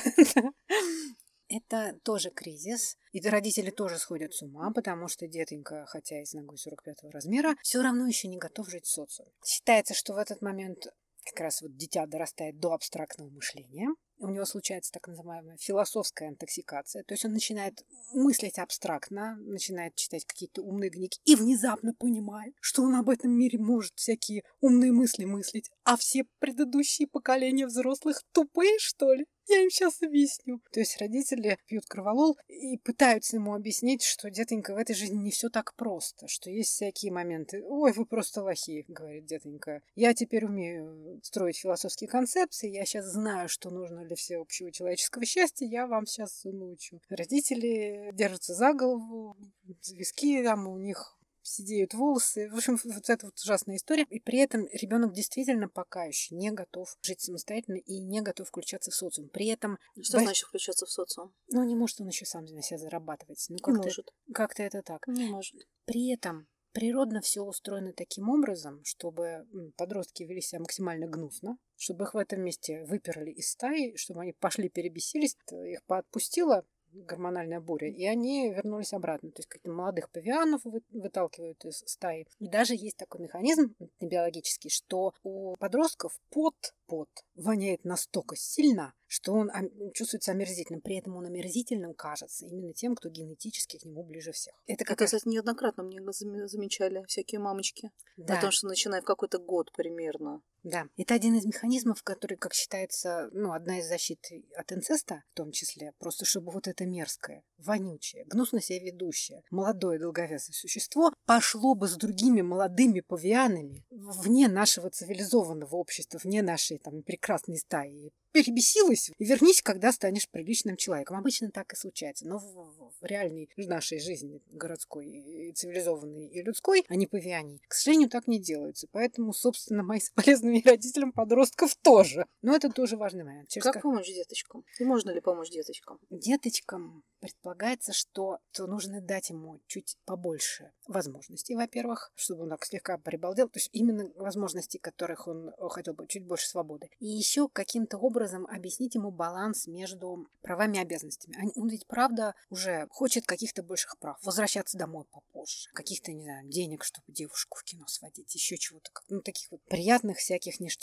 Это тоже кризис. И родители тоже сходят с ума, потому что детонька, хотя и с ногой сорок пятого размера, все равно еще не готов жить в социуме. Считается, что в этот момент как раз вот дитя дорастает до абстрактного мышления. У него случается так называемая философская интоксикация. То есть он начинает мыслить абстрактно, начинает читать какие-то умные книги и внезапно понимает, что он об этом мире может всякие умные мысли мыслить. А все предыдущие поколения взрослых тупые, что ли? Я им сейчас объясню. То есть родители пьют корвалол и пытаются ему объяснить, что, детонька, в этой жизни не все так просто, что есть всякие моменты. Ой, вы просто лохи, говорит детонька. Я теперь умею строить философские концепции, я сейчас знаю, что нужно для всеобщего человеческого счастья, я вам сейчас научу. Родители держатся за голову, за виски, там у них сидеют волосы. В общем, вот эта вот ужасная история. И при этом ребенок действительно пока еще не готов жить самостоятельно и не готов включаться в социум. При этом... Что бо... значит включаться в социум? Ну, не может он еще сам на себя зарабатывать. Ну, не как-то, может. Как-то это так. Не может. При этом природно все устроено таким образом, чтобы подростки вели себя максимально гнусно, чтобы их в этом месте выперли из стаи, чтобы они пошли перебесились, их поотпустило гормональная буря, и они вернулись обратно. То есть каких-то молодых павианов выталкивают из стаи. И даже есть такой механизм биологический, что у подростков пот, пот воняет настолько сильно, что он чувствуется омерзительным. При этом он омерзительным кажется именно тем, кто генетически к нему ближе всех. Это, как Это кстати, неоднократно мне замечали всякие мамочки. Да. О том, что начиная в какой-то год примерно. Да, это один из механизмов, который, как считается, ну, одна из защит от инцеста, в том числе, просто чтобы вот это мерзкое, вонючее, гнусно себя ведущее, молодое долговязое существо пошло бы с другими молодыми павианами вне нашего цивилизованного общества, вне нашей там прекрасной стаи, перебесилась, и вернись, когда станешь приличным человеком. Обычно так и случается. Но в, в реальной нашей жизни, городской, и цивилизованной и людской, а не павиане, к сожалению, так не делаются. Поэтому, собственно, мои соболезнования родителям подростков тоже. Но это тоже важный момент. Через как, как помочь деточкам? И можно ли помочь деточкам? Деточкам предполагается, что, что нужно дать ему чуть побольше возможностей, во-первых, чтобы он так слегка прибалдел. То есть именно возможностей, которых он хотел бы, чуть больше свободы. И еще каким-то образом объяснить ему баланс между правами и обязанностями. Он ведь, правда, уже хочет каких-то больших прав. Возвращаться домой попозже. Каких-то, не знаю, денег, чтобы девушку в кино сводить. Еще чего-то. Ну, таких вот приятных всяких ништяков.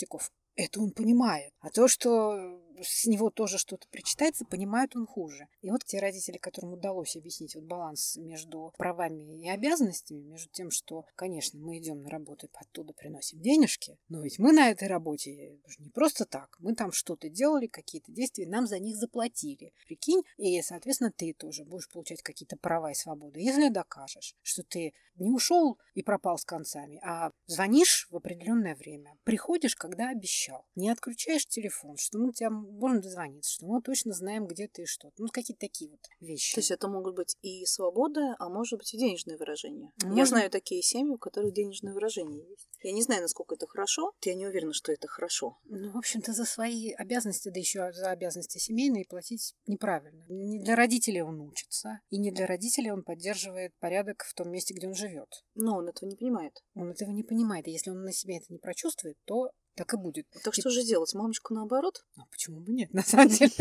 это он понимает. А то, что с него тоже что-то причитается, понимает он хуже. И вот те родители, которым удалось объяснить вот баланс между правами и обязанностями, между тем, что, конечно, мы идем на работу и оттуда приносим денежки, но ведь мы на этой работе не просто так. Мы там что-то делали, какие-то действия, нам за них заплатили. Прикинь, и, соответственно, ты тоже будешь получать какие-то права и свободы. Если докажешь, что ты не ушел и пропал с концами, а звонишь в определенное время, приходишь, когда обещал, не отключаешь телефон, что мы тебя можем дозвониться, что мы точно знаем, где ты и что. Ну, какие-то такие вот вещи. То есть это могут быть и свобода, а может быть и денежные выражения. Можно... Я знаю такие семьи, у которых денежные выражения есть. Я не знаю, насколько это хорошо. Я не уверена, что это хорошо. Ну, в общем-то, за свои обязанности, да еще за обязанности семейные платить неправильно. Не для родителей он учится, и не для родителей он поддерживает порядок в том месте, где он живет. Но он этого не понимает. Он этого не понимает. И если он на себе это не прочувствует, то так и будет. Так что же делать? Мамочку наоборот? А почему бы нет, на самом деле?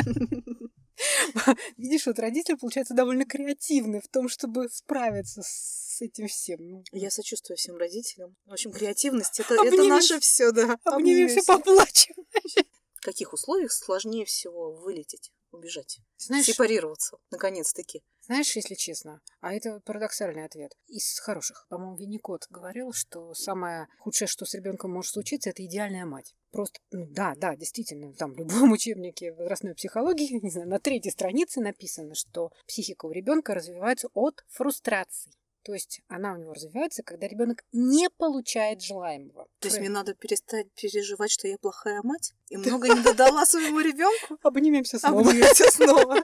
Видишь, вот родитель, получается, довольно креативный в том, чтобы справиться с этим всем. Я сочувствую всем родителям. В общем, креативность это, это наше все, да. Обнимемся, поплачем. В каких условиях сложнее всего вылететь, убежать, Знаешь, сепарироваться, наконец-таки? Знаешь, если честно, а это парадоксальный ответ. Из хороших. По-моему, Винникот говорил, что самое худшее, что с ребенком может случиться, это идеальная мать. Просто, ну да, да, действительно, там в любом учебнике возрастной психологии, не знаю, на третьей странице написано, что психика у ребенка развивается от фрустрации. То есть она у него развивается, когда ребенок не получает желаемого. То есть мне надо перестать переживать, что я плохая мать? И много не додала своему ребенку? Обнимемся снова. Обнимемся снова.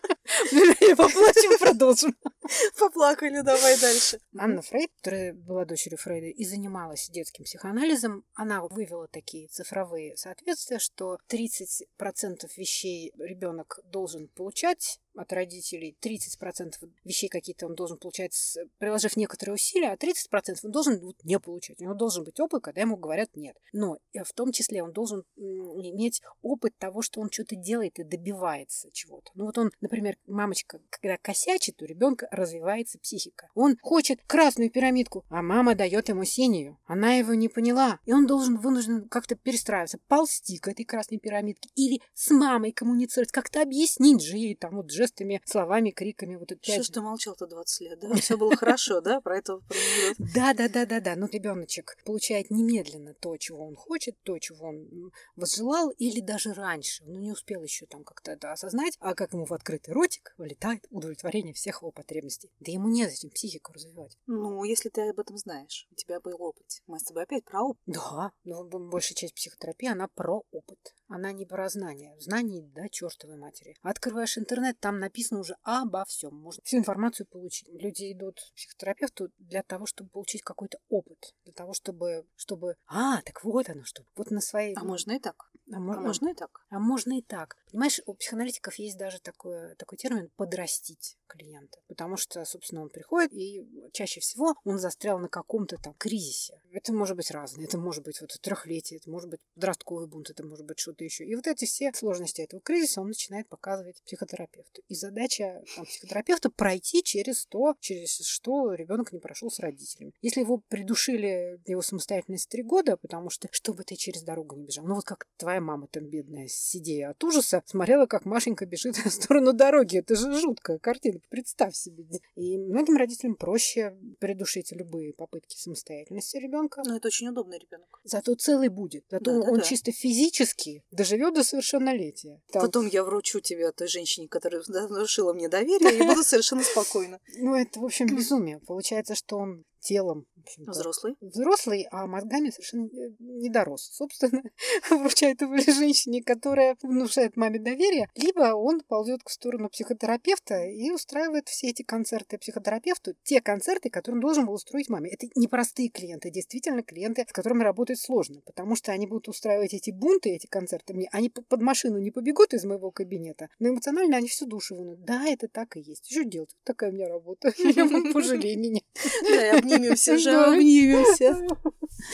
Поплачем, продолжим. Поплакали, давай дальше. Анна Фрейд, которая была дочерью Фрейда и занималась детским психоанализом, она вывела такие цифровые соответствия, что тридцать процентов вещей ребенок должен получать от родителей, тридцать процентов вещей какие-то он должен получать, приложив некоторые усилия, а тридцать процентов он должен вот, не получать. У него должен быть опыт, когда ему говорят нет. Но в том числе он должен иметь опыт того, что он что-то делает и добивается чего-то. Ну вот он, например, мамочка, когда косячит, у ребенка развивается психика. Он хочет красную пирамидку, а мама дает ему синюю. Она его не поняла. И он должен, вынужден как-то перестраиваться, ползти к этой красной пирамидке или с мамой коммуницировать, как-то объяснить же ей там вот жестами, словами, криками. Вот что ж ты молчал-то двадцать лет, да? Все было хорошо, да? Про это... Да, да, да, да, да. Но ребеночек получает немедленно то, чего он хочет, то, чего он возжелал, или даже раньше. Он не успел еще там как-то это осознать, а как ему в открытый ротик вылетает удовлетворение всех его потребностей. Да ему незачем психику развивать. Ну, если ты об этом знаешь, у тебя был опыт. Мы с тобой опять про опыт. Да, но большая часть психотерапии, она про опыт. Она не про знания. Знаний, да, чертовой матери. Открываешь интернет, там написано уже обо всем. Можно всю информацию получить. Люди идут к психотерапевту для того, чтобы получить какой-то опыт. Для того, чтобы... чтобы... А, так вот оно что. Вот на своей... А можно и так. А можно, а можно и так. А можно и так. Понимаешь, у психоаналитиков есть даже такое, такой термин «подрастить клиента». Потому что, собственно, он приходит, и чаще всего он застрял на каком-то там кризисе. Это может быть разное. Это может быть вот трехлетие, это может быть подростковый бунт, это может быть что-то еще. И вот эти все сложности этого кризиса он начинает показывать психотерапевту. И задача там, психотерапевта пройти через то, через что ребенок не прошел с родителями. Если его придушили его самостоятельность три года, потому что чтобы ты через дорогу не бежал. Ну вот как твоя мама там бедная, сидея от ужаса, смотрела, как Машенька бежит в сторону дороги. Это же жуткая картина, представь себе. И многим родителям проще придушить любые попытки самостоятельности ребенка. Но это очень удобный ребенок. Зато целый будет. Зато да, он да, чисто да. физически доживет до совершеннолетия. Там... Потом я вручу тебе той женщине, которая нарушила мне доверие, и буду совершенно спокойна. Ну, это, в общем, безумие. Получается, что он телом взрослый. Взрослый, а мозгами совершенно не дорос. Собственно, вручает его женщине, которая внушает маме доверие, либо он ползет к сторону психотерапевта и устраивает все эти концерты психотерапевту, те концерты, которые он должен был устроить маме. Это непростые клиенты, действительно клиенты, с которыми работать сложно, потому что они будут устраивать эти бунты, эти концерты мне, они под машину не побегут из моего кабинета, но эмоционально они всю душу вынут. Да, это так и есть. Что делать? Вот такая у меня работа. Пожалей меня. Да, обнимемся же. Обнимемся.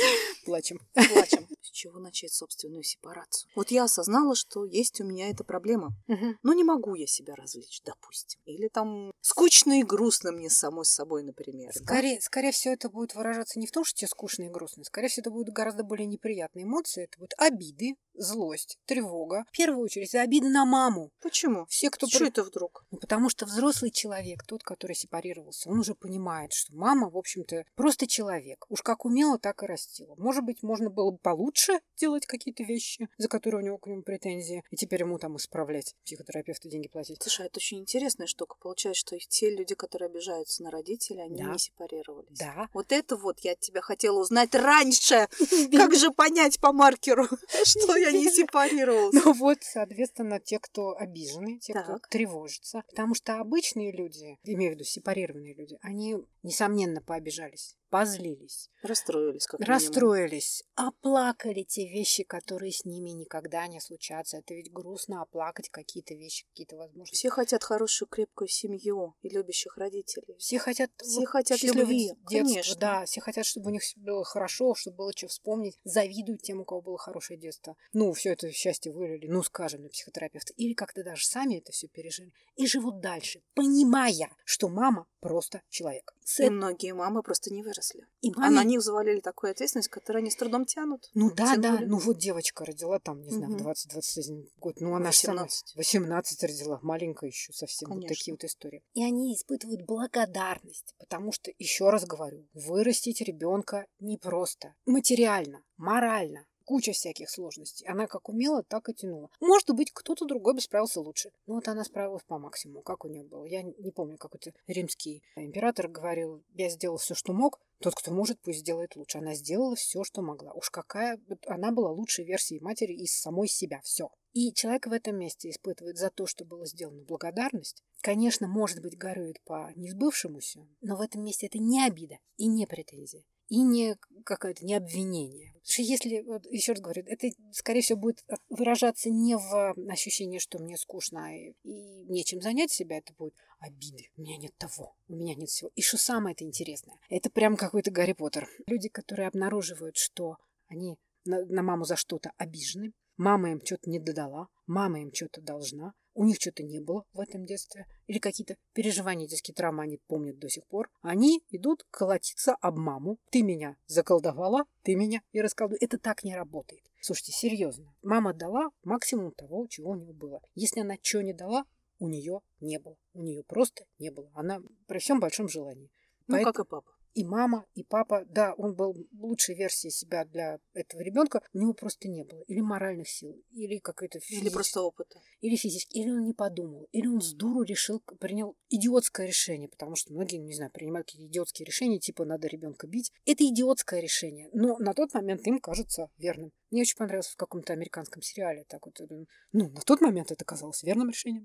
плачем. Плачем. С чего начать собственную сепарацию? Вот я осознала, что есть у меня эта проблема. Угу. Но не могу я себя развлечь, допустим. Или там скучно и грустно мне самой с собой, например. Скорее, да? скорее всего, это будет выражаться не в том, что тебе скучно и грустно. Скорее всего, это будут гораздо более неприятные эмоции. Это будут обиды, злость, тревога. В первую очередь, это обиды на маму. Почему? Все, кто... Что при... это вдруг? Ну, потому что взрослый человек, тот, который сепарировался, он уже понимает, что мама, в общем-то, просто человек. Уж как умела, так и растила. Может быть, можно было бы получше делать какие-то вещи, за которые у него к нему претензии, и теперь ему там исправлять, психотерапевту деньги платить. Слушай, это очень интересная штука. Получается, что те люди, которые обижаются на родителей, они да. не сепарировались. Да. Вот это вот я от тебя хотела узнать раньше. Как же понять по маркеру, что я не сепарировалась? Ну вот, соответственно, те, кто обижены, те, кто тревожится. Потому что обычные люди, имею в виду сепарированные люди, они, несомненно, пообижались. Позлились. Расстроились, как минимум. Расстроились. Оплакали те вещи, которые с ними никогда не случатся. Это ведь грустно оплакать какие-то вещи, какие-то возможности. Все хотят хорошую, крепкую семью и любящих родителей. Все хотят, все вот, хотят любви, детства, конечно. Да, все хотят, чтобы у них было хорошо, чтобы было что вспомнить. Завидуют тем, у кого было хорошее детство. Ну, все это счастье вылили, ну, скажем, на психотерапевта. Или как-то даже сами это все пережили. И живут дальше, понимая, что мама просто человек. И многие мамы просто не выросли. И маме... А на них взвалили такую ответственность, которую они с трудом тянут. Ну да, Тянули. да. Ну вот девочка родила там, не знаю, в двадцать-двадцать один год. Ну она же сама восемнадцать родила, маленькая еще совсем. Конечно. Вот такие вот истории. И они испытывают благодарность, потому что, еще раз говорю, вырастить ребенка непросто. Материально, морально. Куча всяких сложностей. Она как умела, так и тянула. Может быть, кто-то другой бы справился лучше. Но вот она справилась по максимуму. Как у нее было? Я не помню, какой-то римский император говорил, я сделал все, что мог. Тот, кто может, пусть сделает лучше. Она сделала все, что могла. Уж какая... Она была лучшей версией матери из самой себя. Все. И человек в этом месте испытывает за то, что было сделано, благодарность. Конечно, может быть, горюет по несбывшемуся, но в этом месте это не обида и не претензия. И не какое-то не обвинение. Потому что если, вот, еще раз говорю, это, скорее всего, будет выражаться не в ощущении, что мне скучно и, и нечем занять себя, это будет обиды. У меня нет того, у меня нет всего. И что самое это интересное, это прям какой-то Гарри Поттер. Люди, которые обнаруживают, что они на, на маму за что-то обижены, мама им что-то не додала, мама им что-то должна, у них что-то не было в этом детстве, или какие-то переживания, детские травмы они помнят до сих пор, они идут колотиться об маму. Ты меня заколдовала, ты меня и расколдуй. Это так не работает. Слушайте, серьезно. Мама дала максимум того, чего у нее было. Если она что не дала, у нее не было. У нее просто не было. Она при всем большом желании. Ну, Поэтому... как и папа. И мама, и папа, да, он был лучшей версией себя для этого ребенка, у него просто не было. Или моральных сил, или какой-то физический. Или просто опыта. Или физически. Или он не подумал. Или он с дуру решил, принял идиотское решение, потому что многие, не знаю, принимают какие-то идиотские решения, типа надо ребенка бить. Это идиотское решение, но на тот момент им кажется верным. Мне очень понравилось в каком-то американском сериале. Так вот, ну, на тот момент это казалось верным решением.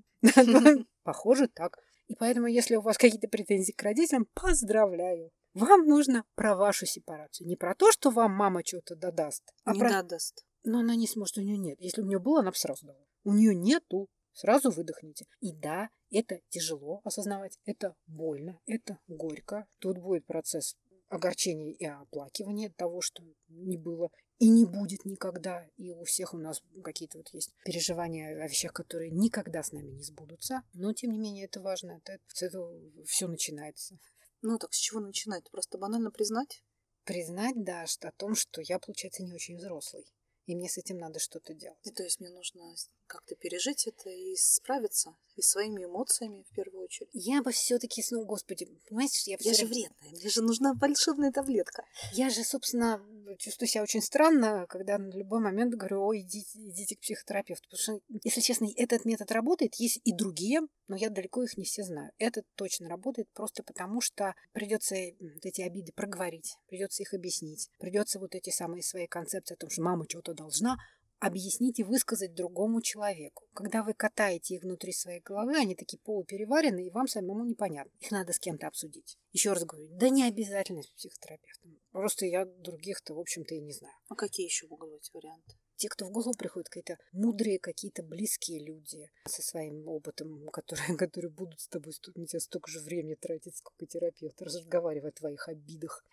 Похоже, так. И поэтому, если у вас какие-то претензии к родителям, поздравляю. Вам нужно про вашу сепарацию. Не про то, что вам мама что-то додаст. А не про... додаст. Но она не сможет, у нее нет. Если у нее было, она бы сразу дала. У нее нету. Сразу выдохните. И да, это тяжело осознавать. Это больно. Это горько. Тут будет процесс огорчения и оплакивания того, что не было и не будет никогда. И у всех у нас какие-то вот есть переживания о вещах, которые никогда с нами не сбудутся. Но, тем не менее, это важно. Это, с этого все начинается. Ну, так с чего начинать? Просто банально признать? Признать, да, что о том, что я, получается, не очень взрослый. И мне с этим надо что-то делать. И то есть мне нужно как-то пережить это и справиться. И своими эмоциями, в первую очередь. Я бы все-таки, ну, господи, понимаете, я... Я же вредная, мне же нужна волшебная таблетка. Я же, собственно, чувствую себя очень странно, когда на любой момент говорю, ой, идите, идите к психотерапевту. Потому что, если честно, этот метод работает, есть и другие, но я далеко их не все знаю. Этот точно работает просто потому, что придется вот эти обиды проговорить, придется их объяснить, придется вот эти самые свои концепции о том, что мама что-то должна, объяснить и высказать другому человеку. Когда вы катаете их внутри своей головы, они такие полупереварены, и вам самому непонятно. Их надо с кем-то обсудить. Еще раз говорю, да не обязательно с психотерапевтом. Просто я других-то, в общем-то, и не знаю. А какие еще могут быть варианты? Те, кто в голову приходят, какие-то мудрые, какие-то близкие люди со своим опытом, которые, которые будут с тобой на тебя столько же времени тратить, сколько терапевт, разговаривая о твоих обидах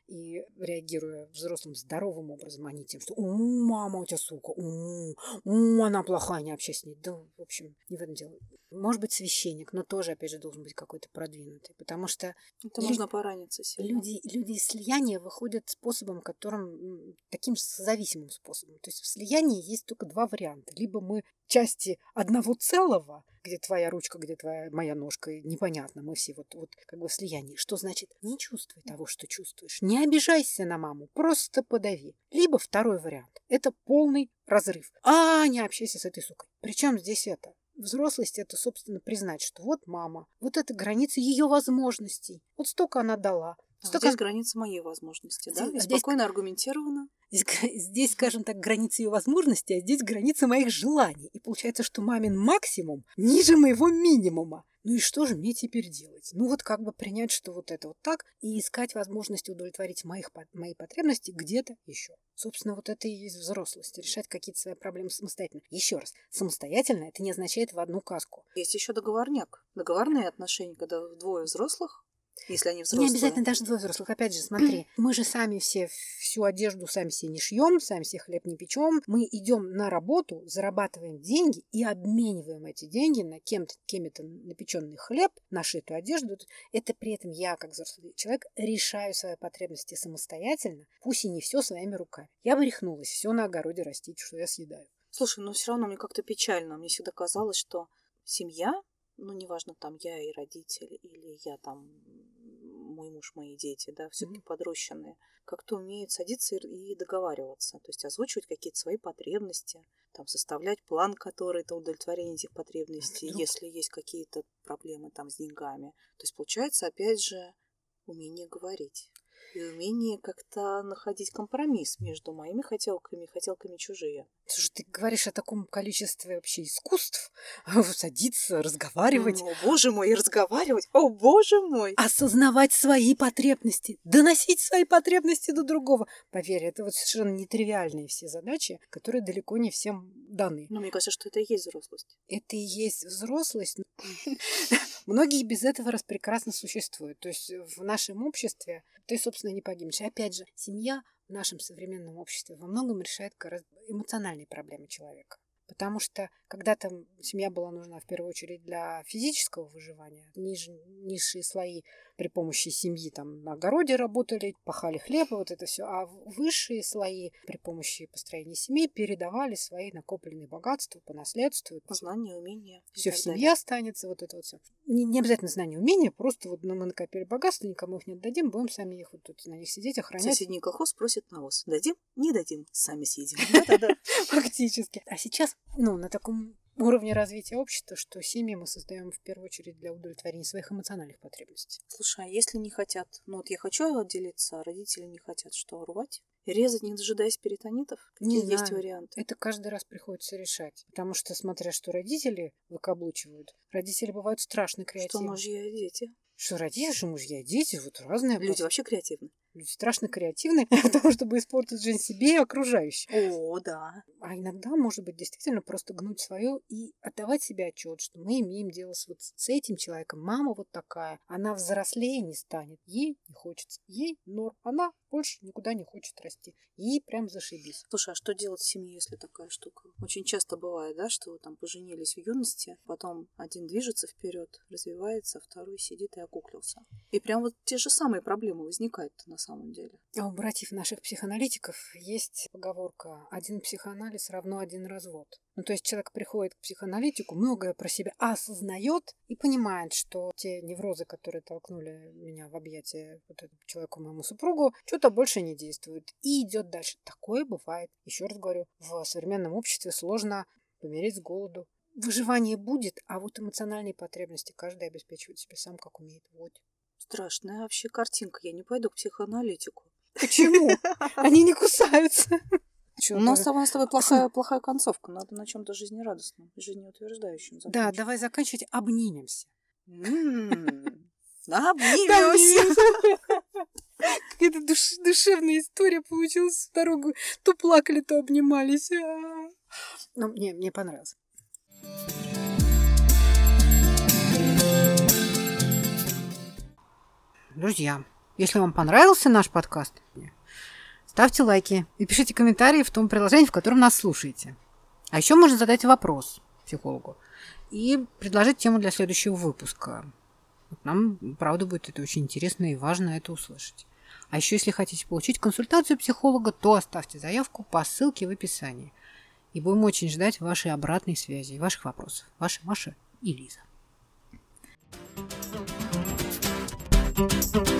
и реагируя взрослым здоровым образом, а не тем, что «У, мама у тебя сука, у, у, она плохая, не общайся с ней». Да, в общем, не в этом дело. Может быть, священник, но тоже, опять же, должен быть какой-то продвинутый, потому что это лю- можно пораниться сильно. Люди, люди из слияния выходят способом, которым таким зависимым способом. То есть в слиянии есть только два варианта. Либо мы части одного целого, где твоя ручка, где твоя моя ножка, непонятно, мы все вот, вот как бы в слиянии. Что значит? Не чувствуй того, что чувствуешь. Не обижайся на маму, просто подави. Либо второй вариант. Это полный разрыв. А, не общайся с этой сукой. Причем здесь это? Взрослость – это, собственно, признать, что вот мама, вот это границы ее возможностей. Вот столько она дала. Столько... А здесь граница моей возможности, да? И здесь... спокойно аргументировано. Здесь, здесь, скажем так, границы ее возможностей, а здесь границы моих желаний. И получается, что мамин максимум ниже моего минимума. Ну и что же мне теперь делать? Ну вот как бы принять, что вот это вот так, и искать возможности удовлетворить моих, мои потребности где-то еще. Собственно, вот это и есть взрослость. Решать какие-то свои проблемы самостоятельно. Еще раз, самостоятельно это не означает в одну каску. Есть еще договорняк. Договорные отношения, когда двое взрослых, если они взрослые. Не обязательно даже двое взрослых. Опять же, смотри, мы же сами все всю одежду сами себе не шьем, сами себе хлеб не печем. Мы идем на работу, зарабатываем деньги и обмениваем эти деньги на кем-то, кем-то напеченный хлеб, нашу эту одежду. Это при этом я, как взрослый человек, решаю свои потребности самостоятельно, пусть и не все своими руками. Я бы рехнулась все на огороде растить, что я съедаю. Слушай, но все равно мне как-то печально. Мне всегда казалось, что семья, ну, неважно, там я и родители, или я там, мой муж, мои дети, да, все-таки mm-hmm. подрощенные, как-то умеют садиться и договариваться, то есть озвучивать какие-то свои потребности, там, составлять план, который это удовлетворение этих потребностей, mm-hmm. если есть какие-то проблемы там с деньгами. То есть получается, опять же, умение говорить. И умение как-то находить компромисс между моими хотелками и хотелками чужие. Слушай, ты говоришь о таком количестве вообще искусств. Садиться, разговаривать. О, боже мой, и разговаривать. О, боже мой. Осознавать свои потребности. Доносить свои потребности до другого. Поверь, это вот совершенно нетривиальные все задачи, которые далеко не всем даны. Но мне кажется, что это и есть взрослость. Это и есть взрослость. Многие без этого раз прекрасно существуют. То есть в нашем обществе ты, собственно, не погибнешь. И опять же, семья в нашем современном обществе во многом решает гораздо эмоциональные проблемы человека. Потому что когда-то семья была нужна в первую очередь для физического выживания. Ниж, низшие слои при помощи семьи там на огороде работали, пахали хлеб, и вот это все. А высшие слои при помощи построения семей передавали свои накопленные богатства по наследству. Знания, умения. Все в семье останется, вот это вот все. Не, не обязательно знания, умения, просто вот ну, мы накопили богатства, никому их не отдадим, будем сами их вот тут на них сидеть, охранять. Соседний колхоз просит навоз. Дадим? Не дадим. Сами съедим. Да-да-да. Фактически. А сейчас, ну, на таком уровне развития общества, что семьи мы создаем в первую очередь для удовлетворения своих эмоциональных потребностей. Слушай, а если не хотят? Ну вот я хочу отделиться, а родители не хотят, что, рвать? И резать, не дожидаясь перитонитов? Какие не есть знаю. варианты? Это каждый раз приходится решать. Потому что, смотря что родители выкаблучивают, родители бывают страшно креативны. Что мужья и дети? Что родители, что мужья и дети, вот разные. Люди вообще креативны. Люди страшно креативны для того, чтобы испортить жизнь себе и окружающим. О, да. А иногда, может быть, действительно просто гнуть свое и отдавать себе отчет, что мы имеем дело с, вот с этим человеком. Мама вот такая, она взрослее не станет. Ей не хочется. Ей норм. Она больше никуда не хочет расти. Ей прям зашибись. Слушай, а что делать в семье, если такая штука? Очень часто бывает, да, что вы там поженились в юности, потом один движется вперед, развивается, а второй сидит и окуклился. И прям вот те же самые проблемы возникают на самом деле. А у братьев наших психоаналитиков есть поговорка: один психоанализ равно один развод. Ну, то есть человек приходит к психоаналитику, многое про себя осознает и понимает, что те неврозы, которые толкнули меня в объятия вот этому человеку, моему супругу, что-то больше не действуют. И идет дальше. Такое бывает. Еще раз говорю, в современном обществе сложно помереть с голоду. Выживание будет, а вот эмоциональные потребности каждый обеспечивает себе сам, как умеет. Вот. Страшная вообще картинка. Я не пойду к психоаналитику. Почему? Они не кусаются. У нас с тобой плохая, плохая концовка. Надо на чем-то жизнерадостном, жизнеутверждающем закончить. Да, давай заканчивать. Обнимемся. Обнимемся. Какая-то душевная история получилась. Дорогу то плакали, то обнимались. Ну, мне, мне понравилось. Друзья, Если вам понравился наш подкаст, ставьте лайки и пишите комментарии в том приложении, в котором нас слушаете. А еще можно задать вопрос психологу и предложить тему для следующего выпуска. Нам, правда, будет это очень интересно и важно это услышать. А еще, если хотите получить консультацию психолога, то оставьте заявку по ссылке в описании. И будем очень ждать вашей обратной связи и ваших вопросов. Ваша Маша и Лиза.